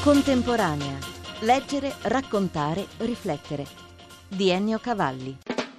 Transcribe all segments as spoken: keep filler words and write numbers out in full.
Contemporanea. Leggere, raccontare, riflettere. Di Ennio Cavalli.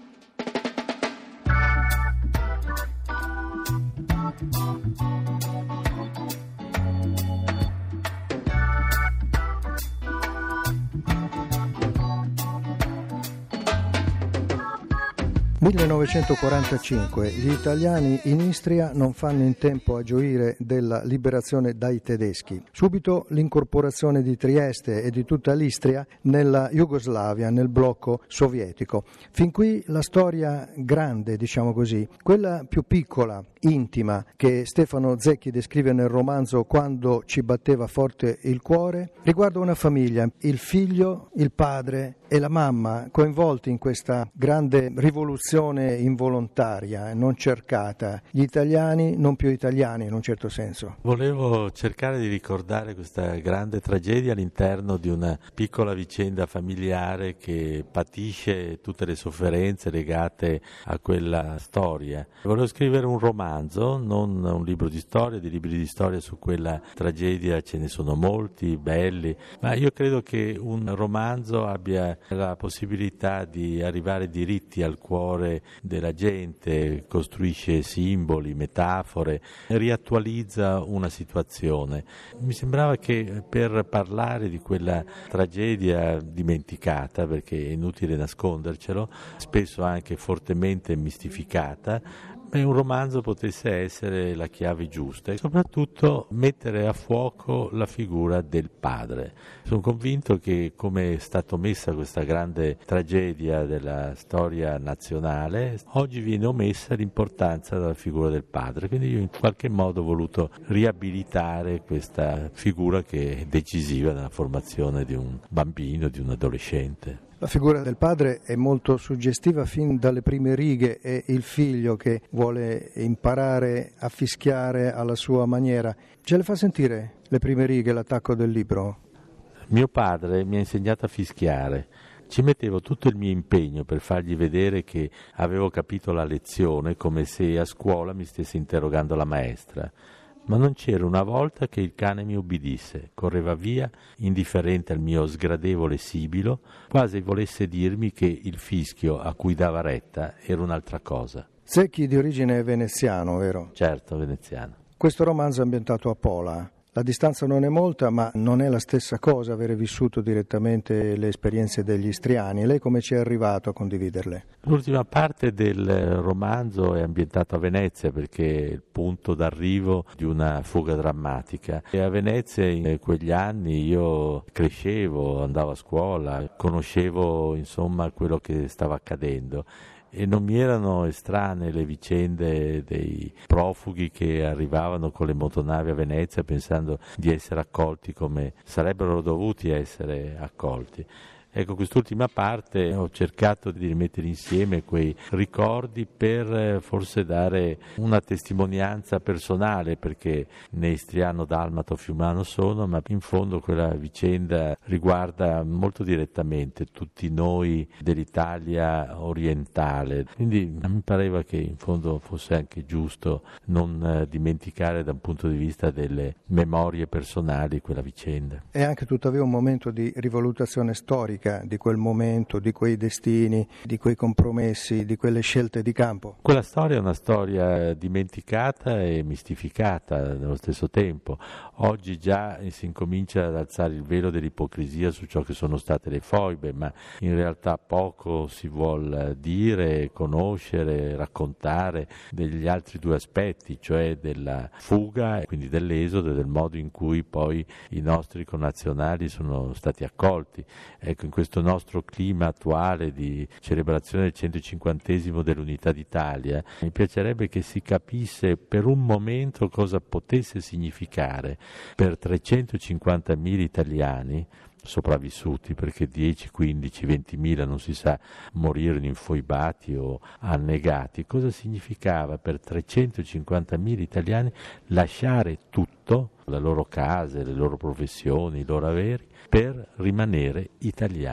millenovecentoquarantacinque. Gli italiani in Istria non fanno in tempo a gioire della liberazione dai tedeschi. Subito l'incorporazione di Trieste e di tutta l'Istria nella Jugoslavia, nel blocco sovietico. Fin qui la storia grande, diciamo così, quella più piccola, intima, che Stefano Zecchi descrive nel romanzo Quando ci batteva forte il cuore, riguarda una famiglia, il figlio, il padre e la mamma coinvolti in questa grande rivoluzione involontaria, non cercata, gli italiani non più italiani in un certo senso. Volevo cercare di ricordare questa grande tragedia all'interno di una piccola vicenda familiare che patisce tutte le sofferenze legate a quella storia. Volevo scrivere un romanzo, non un libro di storia, di libri di storia su quella tragedia ce ne sono molti, belli, ma io credo che un romanzo abbia la possibilità di arrivare diritti al cuore della gente, costruisce simboli, metafore, riattualizza una situazione. Mi sembrava che per parlare di quella tragedia dimenticata, perché è inutile nascondercelo, spesso anche fortemente mistificata, Beh, un romanzo potesse essere la chiave giusta e soprattutto mettere a fuoco la figura del padre. Sono convinto che come è stata messa questa grande tragedia della storia nazionale, oggi viene omessa l'importanza della figura del padre, quindi io in qualche modo ho voluto riabilitare questa figura che è decisiva nella formazione di un bambino, di un adolescente. La figura del padre è molto suggestiva fin dalle prime righe, è il figlio che vuole imparare a fischiare alla sua maniera. Ce le fa sentire le prime righe, l'attacco del libro? Mio padre mi ha insegnato a fischiare. Ci mettevo tutto il mio impegno per fargli vedere che avevo capito la lezione, come se a scuola mi stesse interrogando la maestra. Ma non c'era una volta che il cane mi ubbidisse, correva via, indifferente al mio sgradevole sibilo, quasi volesse dirmi che il fischio a cui dava retta era un'altra cosa. Zecchi di origine veneziano, vero? Certo, veneziano. Questo romanzo è ambientato a Pola. La distanza non è molta, ma non è la stessa cosa avere vissuto direttamente le esperienze degli istriani. Lei come ci è arrivato a condividerle? L'ultima parte del romanzo è ambientata a Venezia perché è il punto d'arrivo di una fuga drammatica. E a Venezia in quegli anni io crescevo, andavo a scuola, conoscevo insomma quello che stava accadendo. E non mi erano estranee le vicende dei profughi che arrivavano con le motonavi a Venezia pensando di essere accolti come sarebbero dovuti essere accolti. Ecco, quest'ultima parte ho cercato di rimettere insieme quei ricordi per forse dare una testimonianza personale, perché né istriano, dalmato, fiumano sono, ma in fondo quella vicenda riguarda molto direttamente tutti noi dell'Italia orientale. Quindi mi pareva che in fondo fosse anche giusto non dimenticare da un punto di vista delle memorie personali quella vicenda. È anche tuttavia un momento di rivalutazione storica di quel momento, di quei destini, di quei compromessi, di quelle scelte di campo. Quella storia è una storia dimenticata e mistificata nello stesso tempo. Oggi già si incomincia ad alzare il velo dell'ipocrisia su ciò che sono state le foibe, ma in realtà poco si vuol dire, conoscere, raccontare degli altri due aspetti, cioè della fuga e quindi dell'esodo e del modo in cui poi i nostri connazionali sono stati accolti. Ecco, in questo nostro clima attuale di celebrazione del centocinquantesimo dell'Unità d'Italia, mi piacerebbe che si capisse per un momento cosa potesse significare per trecentocinquantamila italiani sopravvissuti, perché dieci, quindici, ventimila non si sa morirono infoibati o annegati, cosa significava per trecentocinquantamila italiani lasciare tutto, le loro case, le loro professioni, i loro averi, per rimanere italiani.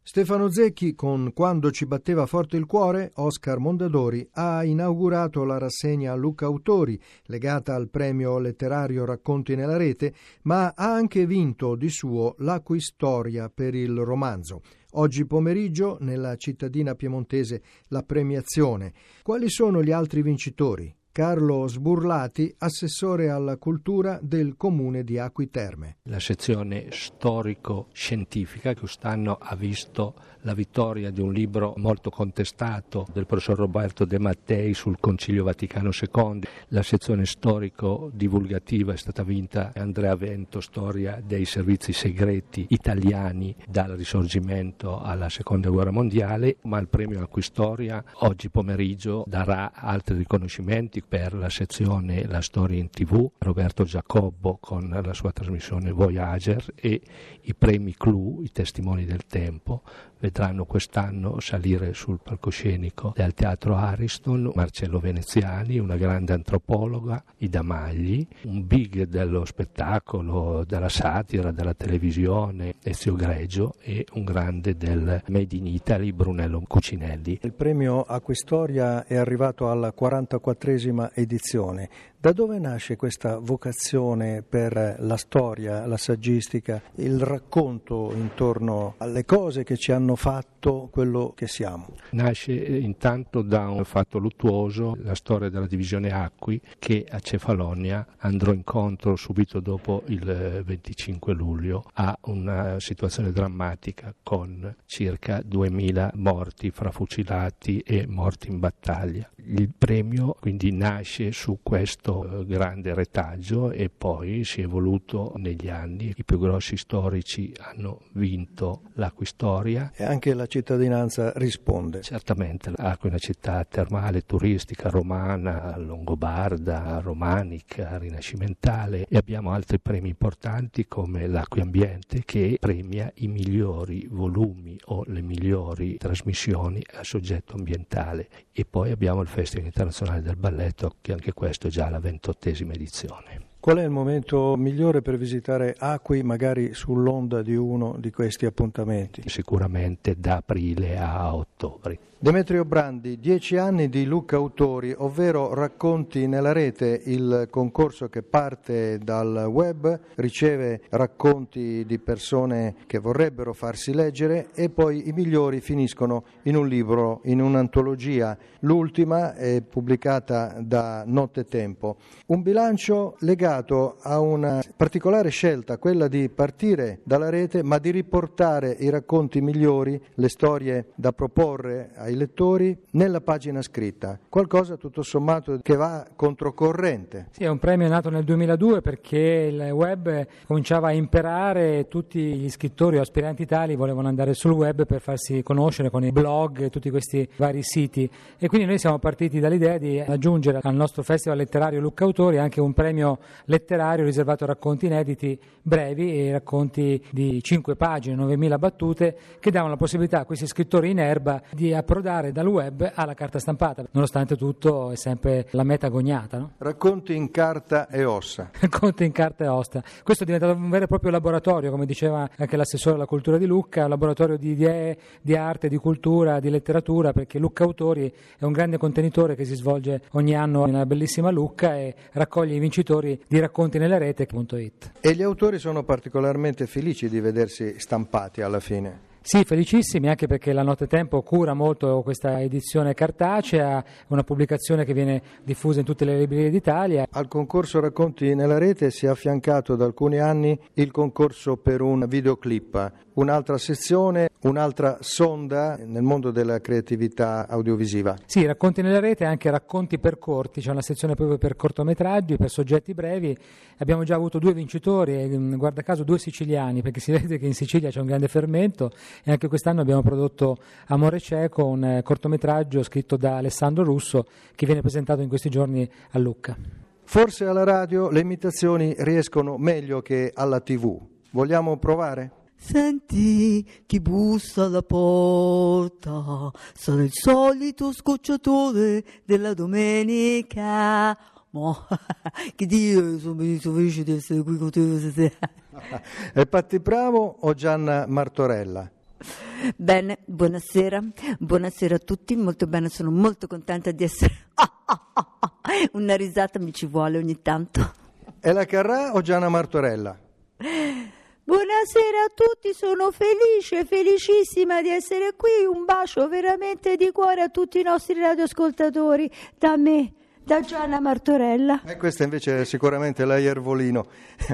Stefano Zecchi con Quando ci batteva forte il cuore, Oscar Mondadori ha inaugurato la rassegna Lucca Autori, legata al premio letterario Racconti nella rete, ma ha anche vinto di suo l'Aquistoria per il romanzo. Oggi pomeriggio nella cittadina piemontese la premiazione. Quali sono gli altri vincitori? Carlo Sburlati, assessore alla cultura del comune di Acqui Terme. La sezione storico-scientifica quest'anno ha visto la vittoria di un libro molto contestato del professor Roberto De Mattei sul Concilio Vaticano secondo. La sezione storico-divulgativa è stata vinta da Andrea Vento, storia dei servizi segreti italiani dal Risorgimento alla Seconda Guerra Mondiale, ma il premio Aquistoria oggi pomeriggio darà altri riconoscimenti per la sezione La Storia in tivù, Roberto Giacobbo con la sua trasmissione Voyager, e i premi Clou, i testimoni del tempo, vedranno quest'anno salire sul palcoscenico del Teatro Ariston Marcello Veneziani, una grande antropologa, Ida Magli, un big dello spettacolo, della satira, della televisione, Ezio Greggio, e un grande del Made in Italy, Brunello Cucinelli. Il premio Aquistoria è arrivato alla quarantaquattresima edizione. Da dove nasce questa vocazione per la storia, la saggistica, il racconto intorno alle cose che ci hanno fatto quello che siamo? Nasce intanto da un fatto luttuoso, la storia della divisione Acqui, che a Cefalonia andrò incontro subito dopo il venticinque luglio a una situazione drammatica con circa duemila morti fra fucilati e morti in battaglia. Il premio quindi nasce su questo grande retaggio e poi si è evoluto negli anni. I più grossi storici hanno vinto l'Aquistoria. E anche la cittadinanza risponde. Certamente, Acqui è una città termale, turistica, romana, longobarda, romanica, rinascimentale, e abbiamo altri premi importanti come l'Acqui Ambiente, che premia i migliori volumi o le migliori trasmissioni a soggetto ambientale, e poi abbiamo il Festival Internazionale del Balletto, che anche questo è già la ventottesima edizione. Qual è il momento migliore per visitare Acqui, magari sull'onda di uno di questi appuntamenti? Sicuramente da aprile a ottobre. Demetrio Brandi, dieci anni di Lucca Autori, ovvero Racconti nella rete, il concorso che parte dal web, riceve racconti di persone che vorrebbero farsi leggere e poi i migliori finiscono in un libro, in un'antologia. L'ultima è pubblicata da Nottetempo. Un bilancio legato a una particolare scelta, quella di partire dalla rete ma di riportare i racconti migliori, le storie da proporre ai lettori nella pagina scritta, qualcosa tutto sommato che va controcorrente. Sì, è un premio nato nel duemiladue perché il web cominciava a imperare, tutti gli scrittori o aspiranti tali volevano andare sul web per farsi conoscere con i blog e tutti questi vari siti, e quindi noi siamo partiti dall'idea di aggiungere al nostro festival letterario Lucca Autori anche un premio letterario riservato a racconti inediti brevi e racconti di cinque pagine, novemila battute, che davano la possibilità a questi scrittori in erba di approdare dal web alla carta stampata. Nonostante tutto è sempre la meta agognata, no? Racconti in carta e ossa. Racconti in carta e ossa. Questo è diventato un vero e proprio laboratorio, come diceva anche l'assessore alla cultura di Lucca, un laboratorio di idee, di arte, di cultura, di letteratura, perché Lucca Autori è un grande contenitore che si svolge ogni anno nella bellissima Lucca e raccoglie i vincitori di Racconti nella rete punto it. E gli autori sono particolarmente felici di vedersi stampati alla fine. Sì, felicissimi, anche perché la Nottetempo cura molto questa edizione cartacea, una pubblicazione che viene diffusa in tutte le librerie d'Italia. Al concorso Racconti nella rete si è affiancato da alcuni anni il concorso per un videoclip, un'altra sezione, un'altra sonda nel mondo della creatività audiovisiva. Sì, Racconti nella rete e anche Racconti per corti, c'è una sezione proprio per cortometraggi, per soggetti brevi. Abbiamo già avuto due vincitori, guarda caso due siciliani, perché si vede che in Sicilia c'è un grande fermento, e anche quest'anno abbiamo prodotto Amore cieco, un cortometraggio scritto da Alessandro Russo che viene presentato in questi giorni a Lucca. Forse alla radio le imitazioni riescono meglio che alla tivù. Vogliamo provare? Senti chi bussa alla porta, sarà il solito scocciatore della domenica. Ma che dire, sono felice di essere qui con te stasera. È Patti Bravo o Gianna Martorella? Bene, buonasera, buonasera a tutti, molto bene, sono molto contenta di essere... Una risata mi ci vuole ogni tanto. È la Carrà o Gianna Martorella? Buonasera a tutti, sono felice, felicissima di essere qui, un bacio veramente di cuore a tutti i nostri radioascoltatori, da me, da Gianna Martorella. E questa invece è sicuramente la Iervolino.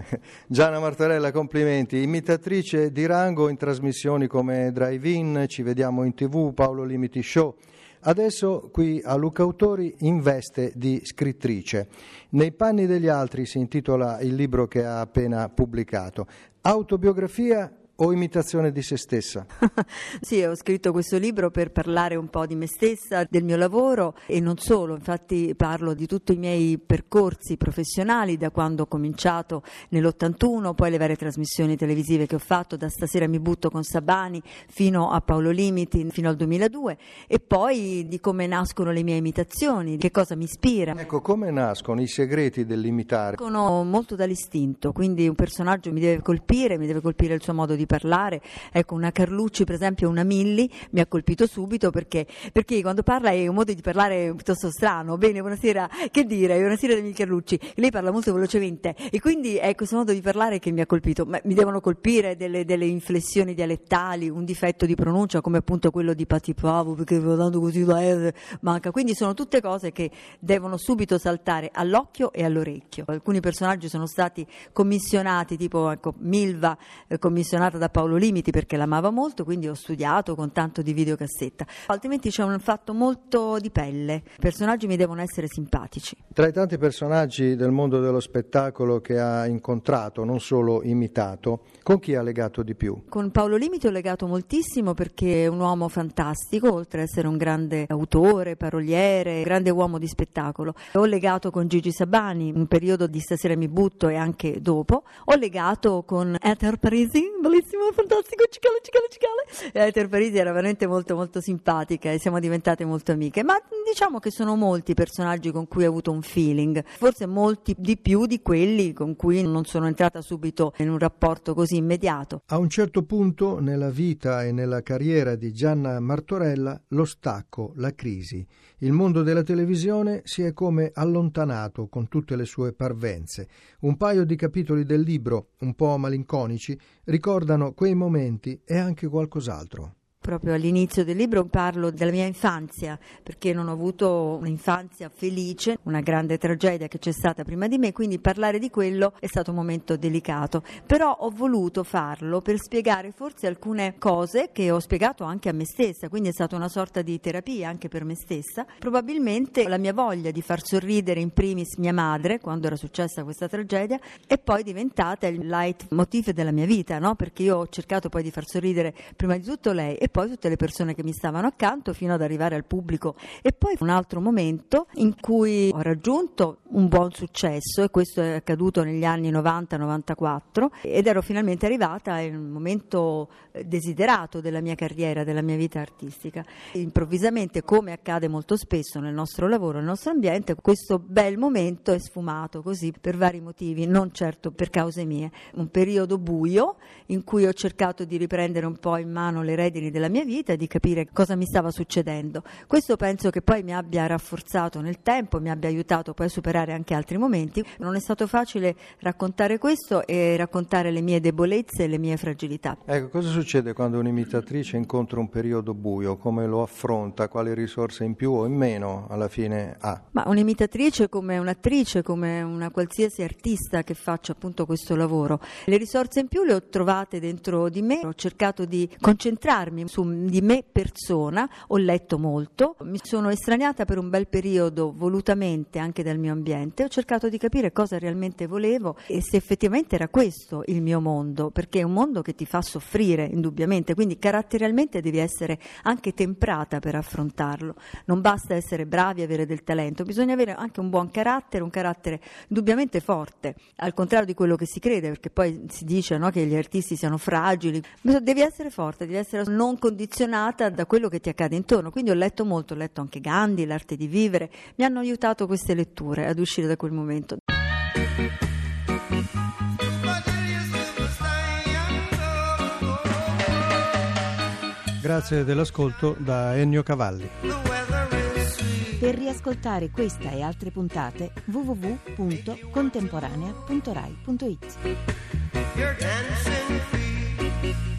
Gianna Martorella, complimenti, imitatrice di rango in trasmissioni come Drive-In, Ci vediamo in tv, Paolo Limiti Show. Adesso qui a Luca Autori in veste di scrittrice. Nei panni degli altri si intitola il libro che ha appena pubblicato. Autobiografia o imitazione di se stessa? Sì, ho scritto questo libro per parlare un po' di me stessa, del mio lavoro e non solo, infatti parlo di tutti i miei percorsi professionali da quando ho cominciato nell'ottantuno, poi le varie trasmissioni televisive che ho fatto, da Stasera mi butto con Sabani fino a Paolo Limiti, fino al duemiladue, e poi di come nascono le mie imitazioni, che cosa mi ispira. Ecco, come nascono i segreti dell'imitare? Nascono molto dall'istinto, quindi un personaggio mi deve colpire, mi deve colpire il suo modo di parlare. Ecco, una Carlucci per esempio, una Milli mi ha colpito subito perché, perché quando parla è un modo di parlare piuttosto strano. Bene, buonasera, che dire, buonasera Emil Carlucci, lei parla molto velocemente e quindi è questo modo di parlare che mi ha colpito. Ma mi devono colpire delle, delle inflessioni dialettali, un difetto di pronuncia come appunto quello di Patipavo, perché andando così la R manca, quindi sono tutte cose che devono subito saltare all'occhio e all'orecchio. Alcuni personaggi sono stati commissionati, tipo ecco, Milva eh, commissionata da Paolo Limiti perché l'amava molto, quindi ho studiato con tanto di videocassetta, altrimenti c'è un fatto molto di pelle, i personaggi mi devono essere simpatici. Tra i tanti personaggi del mondo dello spettacolo che ha incontrato, non solo imitato, con chi ha legato di più? Con Paolo Limiti ho legato moltissimo perché è un uomo fantastico, oltre ad essere un grande autore, paroliere, grande uomo di spettacolo. Ho legato con Gigi Sabani, un periodo di Stasera mi butto e anche dopo. Ho legato con Ether Parisi, bellissimo, fantastico, cicale, cicale, cicale. Ether Parisi era veramente molto molto simpatica e siamo diventate molto amiche, ma diciamo che sono molti i personaggi con cui ho avuto un feeling, forse molti di più di quelli con cui non sono entrata subito in un rapporto così immediato. A un certo punto nella vita e nella carriera di Gianna Martorella lo stacco, la crisi. Il mondo della televisione si è come allontanato con tutte le sue parvenze. Un paio di capitoli del libro, un po' malinconici, ricordano quei momenti e anche qualcos'altro. Proprio all'inizio del libro parlo della mia infanzia, perché non ho avuto un'infanzia felice, una grande tragedia che c'è stata prima di me, quindi parlare di quello è stato un momento delicato. Però ho voluto farlo per spiegare forse alcune cose che ho spiegato anche a me stessa, quindi è stata una sorta di terapia anche per me stessa. Probabilmente la mia voglia di far sorridere in primis mia madre, quando era successa questa tragedia, è poi diventata il leitmotiv della mia vita, no? Perché io ho cercato poi di far sorridere prima di tutto lei e poi tutte le persone che mi stavano accanto fino ad arrivare al pubblico. E poi un altro momento in cui ho raggiunto un buon successo, e questo è accaduto negli anni novanta novantaquattro, ed ero finalmente arrivata al momento desiderato della mia carriera, della mia vita artistica. Improvvisamente, come accade molto spesso nel nostro lavoro, nel nostro ambiente, questo bel momento è sfumato così per vari motivi, non certo per cause mie. Un periodo buio in cui ho cercato di riprendere un po' in mano le redini della mia vita e di capire cosa mi stava succedendo. Questo penso che poi mi abbia rafforzato nel tempo, mi abbia aiutato poi a superare anche altri momenti. Non è stato facile raccontare questo e raccontare le mie debolezze e le mie fragilità. Ecco, cosa succede quando un'imitatrice incontra un periodo buio? Come lo affronta? Quali risorse in più o in meno alla fine ha? Ma un'imitatrice come un'attrice, come una qualsiasi artista che faccia appunto questo lavoro, le risorse in più le ho trovate dentro di me, ho cercato di concentrarmi su di me persona, ho letto molto, mi sono estraniata per un bel periodo volutamente anche dal mio ambiente, ho cercato di capire cosa realmente volevo e se effettivamente era questo il mio mondo, perché è un mondo che ti fa soffrire indubbiamente, quindi caratterialmente devi essere anche temprata per affrontarlo, non basta essere bravi e avere del talento, bisogna avere anche un buon carattere, un carattere indubbiamente forte, al contrario di quello che si crede, perché poi si dice, no, che gli artisti siano fragili, devi essere forte, devi essere non condizionata da quello che ti accade intorno. Quindi ho letto molto, ho letto anche Gandhi, L'arte di vivere, mi hanno aiutato queste letture ad uscire da quel momento. grazie dell'ascolto da Ennio Cavalli. Per riascoltare questa e altre puntate w w w punto contemporanea punto rai punto it.